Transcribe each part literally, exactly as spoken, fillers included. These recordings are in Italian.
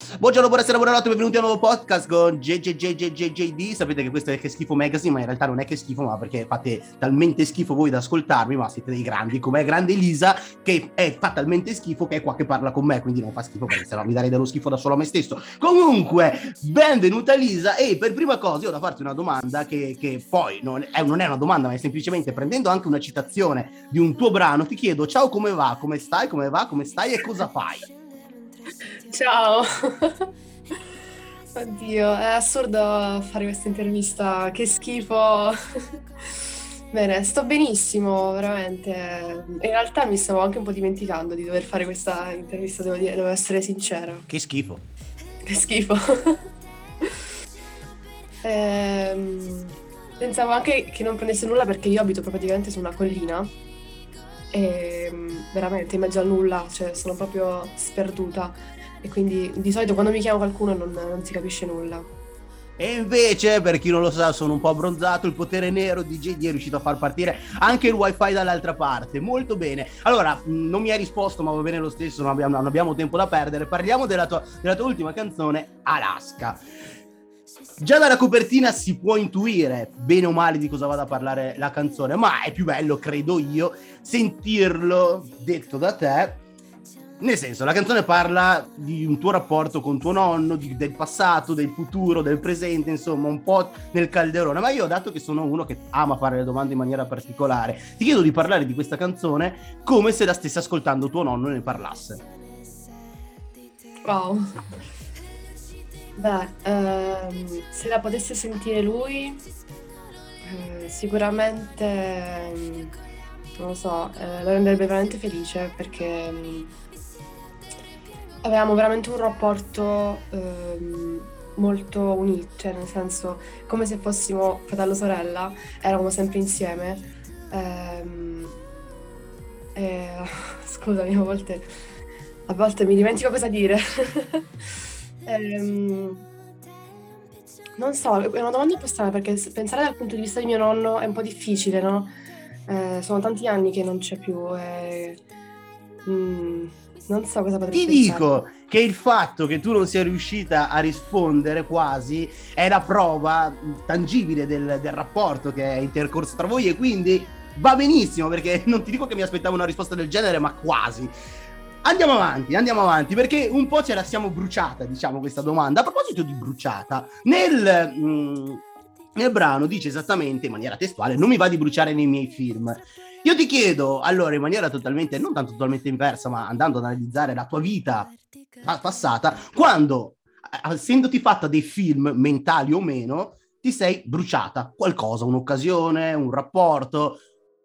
Buongiorno, buonasera, buonanotte, benvenuti a un nuovo podcast con J J J J J J D. Sapete che questo è Che Schifo Magazine, ma in realtà non è che schifo, ma perché fate talmente schifo voi da ascoltarmi, ma siete dei grandi, come è grande Elisa, che è, fa talmente schifo che è qua che parla con me, quindi non fa schifo perché sennò mi darei dello schifo da solo a me stesso. Comunque, benvenuta Elisa, e per prima cosa io ho da farti una domanda che, che poi non è, non è una domanda, ma è semplicemente prendendo anche una citazione di un tuo brano, ti chiedo: ciao, come va? Come stai? Come va? Come stai e cosa fai? Ciao. Oddio, è assurdo fare questa intervista, che schifo. Bene, sto benissimo, veramente. In realtà mi stavo anche un po' dimenticando di dover fare questa intervista, devo dire, devo essere sincera. Che schifo. Che schifo. Ehm, pensavo anche che non prendesse nulla perché io abito praticamente su una collina e veramente in mezzo al nulla, cioè sono proprio sperduta e quindi di solito quando mi chiama qualcuno non, non si capisce nulla. E invece, per chi non lo sa, sono un po' abbronzato, il potere nero di J D è riuscito a far partire anche il wifi dall'altra parte. Molto bene. Allora, non mi hai risposto, ma va bene lo stesso, non abbiamo, non abbiamo tempo da perdere. Parliamo della tua, della tua ultima canzone, Alaska. Già dalla copertina si può intuire bene o male di cosa vada a parlare la canzone, ma è più bello, credo io, sentirlo detto da te. Nel senso, la canzone parla di un tuo rapporto con tuo nonno, di, del passato, del futuro, del presente, insomma, un po' nel calderone. Ma io, dato che sono uno che ama fare le domande in maniera particolare, ti chiedo di parlare di questa canzone come se la stesse ascoltando tuo nonno e ne parlasse. Wow. Beh, ehm, se la potesse sentire lui, eh, sicuramente, ehm, non lo so, eh, lo renderebbe veramente felice perché ehm, avevamo veramente un rapporto ehm, molto unito, cioè nel senso come se fossimo fratello-sorella, eravamo sempre insieme. Ehm, e, scusami, a volte, a volte mi dimentico cosa dire. Ehm, non so, è una domanda un po' strana perché s- pensare dal punto di vista di mio nonno è un po' difficile, no? Eh, sono tanti anni che non c'è più e mm, non so cosa potrei Ti pensare. dico che il fatto che tu non sia riuscita a rispondere quasi è la prova tangibile del, del rapporto che è intercorso tra voi, e quindi va benissimo, perché non ti dico che mi aspettavo una risposta del genere, ma quasi. Andiamo avanti, andiamo avanti, perché un po' ce la siamo bruciata, diciamo, questa domanda. A proposito di bruciata, nel, mh, nel brano dice esattamente, in maniera testuale: non mi va di bruciare nei miei film. Io ti chiedo, allora, in maniera totalmente, non tanto totalmente inversa, ma andando ad analizzare la tua vita passata, quando, essendoti fatta dei film, mentali o meno, ti sei bruciata qualcosa, un'occasione, un rapporto.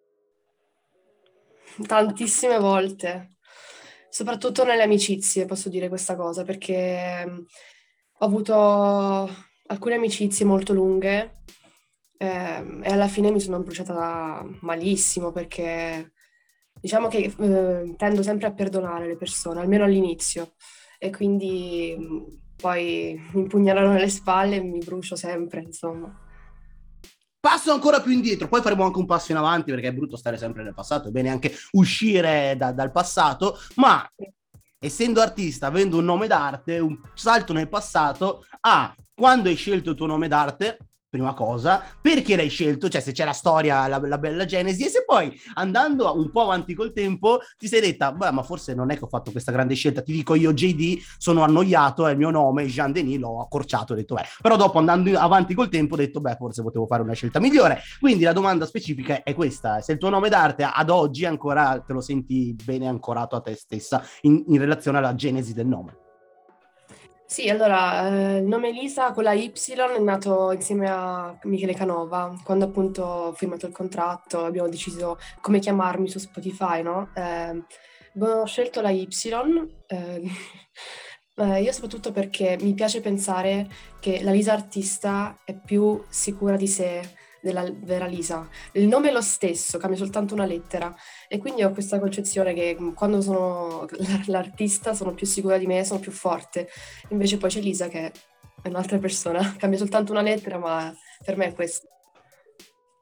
Tantissime volte, soprattutto nelle amicizie, posso dire questa cosa, perché mm, ho avuto alcune amicizie molto lunghe ehm, e alla fine mi sono bruciata malissimo perché diciamo che eh, tendo sempre a perdonare le persone, almeno all'inizio, e quindi mm, poi mi impugnalano nelle spalle e mi brucio sempre, insomma. Passo ancora più indietro, poi faremo anche un passo in avanti, perché è brutto stare sempre nel passato, è bene anche uscire da, dal passato, ma essendo artista, avendo un nome d'arte, un salto nel passato a quando hai scelto il tuo nome d'arte, prima cosa, perché l'hai scelto, cioè se c'è la storia, la, la bella genesi, e se poi andando un po' avanti col tempo ti sei detta: beh, ma forse non è che ho fatto questa grande scelta, ti dico io J D, sono annoiato, è il mio nome, Jean Denis, l'ho accorciato, ho detto beh, però dopo andando avanti col tempo ho detto beh, forse potevo fare una scelta migliore. Quindi la domanda specifica è questa: se il tuo nome d'arte ad oggi ancora te lo senti bene ancorato a te stessa in, in relazione alla genesi del nome. Sì, allora, eh, il nome Elisa con la Y è nato insieme a Michele Canova, quando appunto ho firmato il contratto, abbiamo deciso come chiamarmi su Spotify, no? Eh, abbiamo scelto la Y, eh, eh, io soprattutto perché mi piace pensare che la Lisa artista è più sicura di sé della vera Lisa. Il nome è lo stesso, cambia soltanto una lettera. E quindi ho questa concezione che mm, quando sono l'artista sono più sicura di me, sono più forte. Invece poi c'è Lisa che è un'altra persona, cambia soltanto una lettera, ma per me è questo.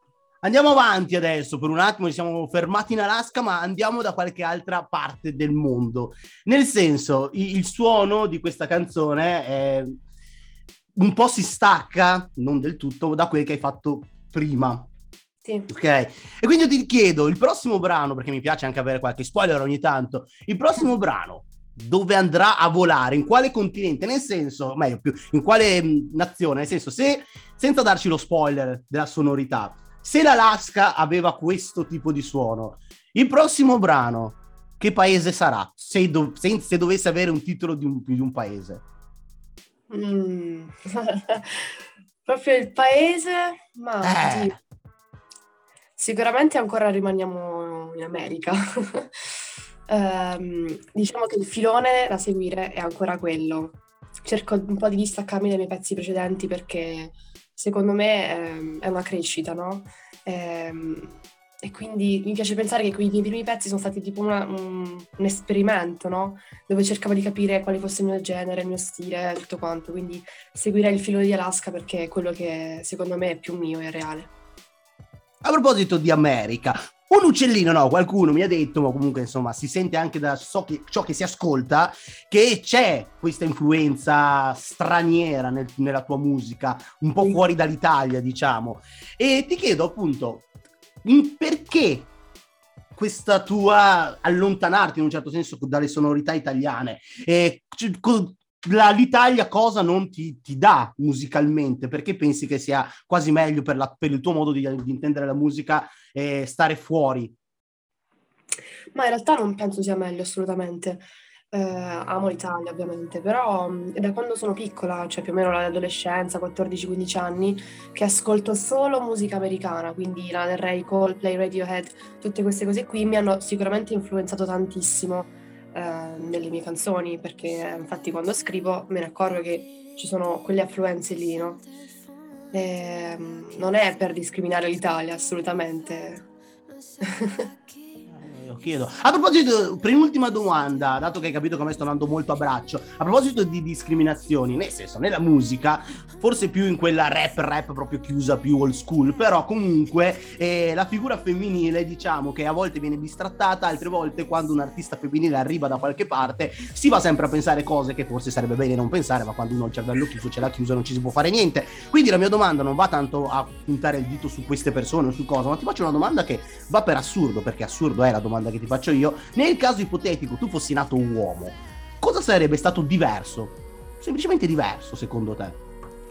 Andiamo avanti adesso, per un attimo ci siamo fermati in Alaska, ma andiamo da qualche altra parte del mondo. Nel senso, il, il suono di questa canzone è, un po' si stacca, non del tutto, da quel che hai fatto prima. Sì. Ok, e quindi io ti chiedo, il prossimo brano, perché mi piace anche avere qualche spoiler ogni tanto, il prossimo brano dove andrà a volare, in quale continente, nel senso, meglio più, in quale mh, nazione, nel senso, se, senza darci lo spoiler della sonorità, se l'Alaska aveva questo tipo di suono, il prossimo brano, che paese sarà? Se, do- se, se dovesse avere un titolo di un, di un paese. Mm. Proprio il paese, ma Eh, oddio, sicuramente ancora rimaniamo in America. Ehm, diciamo che il filone da seguire è ancora quello. Cerco un po' di distaccarmi dai miei pezzi precedenti perché secondo me ehm, è una crescita, no? Ehm, e quindi mi piace pensare che quei miei primi pezzi sono stati tipo una- un, un esperimento, no? Dove cercavo di capire quale fosse il mio genere, il mio stile, tutto quanto. Quindi seguirei il filone di Alaska perché è quello che secondo me è più mio e reale. A proposito di America, un uccellino, no, qualcuno mi ha detto, ma comunque insomma si sente anche da so che, ciò che si ascolta, che c'è questa influenza straniera nel- nella tua musica, un po' fuori dall'Italia, diciamo. E ti chiedo appunto, in- perché questa tua allontanarti in un certo senso dalle sonorità italiane? E, c- co- la- l'Italia cosa non ti, ti dà musicalmente? Perché pensi che sia quasi meglio per, la- per il tuo modo di, di intendere la musica eh, stare fuori? Ma in realtà non penso sia meglio assolutamente. Eh, amo l'Italia ovviamente, però mh, è da quando sono piccola, cioè più o meno l'adolescenza, quattordici quindici anni, che ascolto solo musica americana, quindi Lana Del Rey, Coldplay, Radiohead, tutte queste cose qui mi hanno sicuramente influenzato tantissimo eh, nelle mie canzoni, perché eh, infatti quando scrivo me ne accorgo che ci sono quelle affluenze lì, no? Ehm, non è per discriminare l'Italia, assolutamente. Eh, Io chiedo. A proposito, penultima domanda, dato che hai capito come sto andando molto a braccio, a proposito di discriminazioni, nel senso, nella musica, forse più in quella rap rap proprio chiusa, più old school, però comunque eh, la figura femminile, diciamo che a volte viene bistrattata, altre volte quando un artista femminile arriva da qualche parte si va sempre a pensare cose che forse sarebbe bene non pensare, ma quando uno ha il cervello chiuso ce l'ha chiuso non ci si può fare niente. Quindi la mia domanda non va tanto a puntare il dito su queste persone o su cosa, ma ti faccio una domanda che va per assurdo, perché assurdo è la domanda che ti faccio io. Nel caso ipotetico tu fossi nato un uomo, cosa sarebbe stato diverso? Semplicemente diverso, secondo te?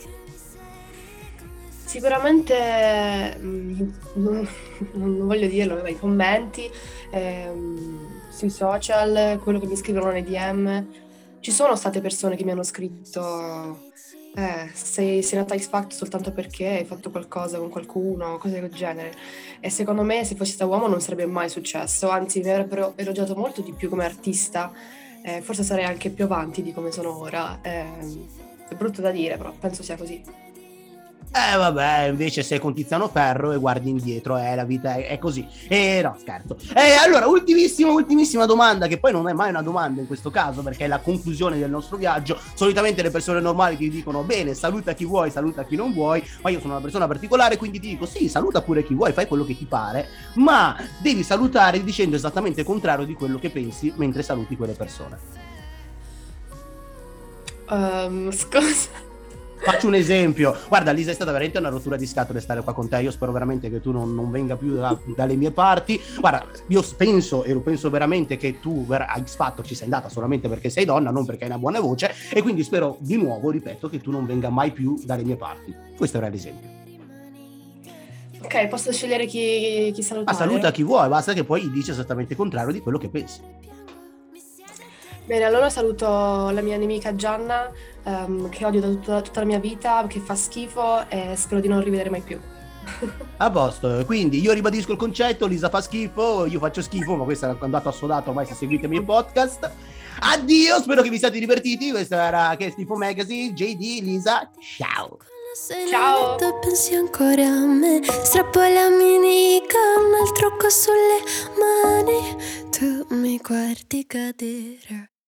Sicuramente, mm, non, non voglio dirlo, ma i commenti ehm, sui social, quello che mi scrivono nei D M, ci sono state persone che mi hanno scritto eh, sei, sei nata a X Factor soltanto perché hai fatto qualcosa con qualcuno, cose del genere. E secondo me se fossi stato uomo non sarebbe mai successo, anzi mi avrebbero elogiato molto di più come artista, eh, forse sarei anche più avanti di come sono ora. ehm, è brutto da dire, però penso sia così. Eh vabbè, invece sei con Tiziano Ferro e guardi indietro, eh, la vita è, è così. E no, scherzo. E allora, ultimissima, ultimissima domanda, che poi non è mai una domanda in questo caso, perché è la conclusione del nostro viaggio. Solitamente le persone normali ti dicono, bene, saluta chi vuoi, saluta chi non vuoi, ma io sono una persona particolare, quindi ti dico, sì, saluta pure chi vuoi, fai quello che ti pare, ma devi salutare dicendo esattamente il contrario di quello che pensi mentre saluti quelle persone. Ehm, scusa. Faccio un esempio, guarda Lisa, è stata veramente una rottura di scatole stare qua con te, io spero veramente che tu non, non venga più da, dalle mie parti. Guarda, io penso e lo penso veramente che tu a X Factor ci sei andata solamente perché sei donna, non perché hai una buona voce, e quindi spero di nuovo, ripeto, che tu non venga mai più dalle mie parti. Questo era l'esempio. Ok, posso scegliere chi, chi Ma saluta salutare? chi vuoi, basta che poi dici esattamente il contrario di quello che pensi. Bene, allora saluto la mia nemica Gianna, ehm, che odio da tutta, tutta la mia vita, che fa schifo e spero di non rivedere mai più. A posto, quindi io ribadisco il concetto, Lisa fa schifo, io faccio schifo, ma questo è andato assodato ormai se seguite i miei podcast. Addio, spero che vi siate divertiti, questo era Che Schifo Magazine, J D, Lisa, ciao! Sei nel Ciao! letto, pensi ancora a me. Strappo la minigonne, il trucco sulle mani. Tu mi guardi cadere.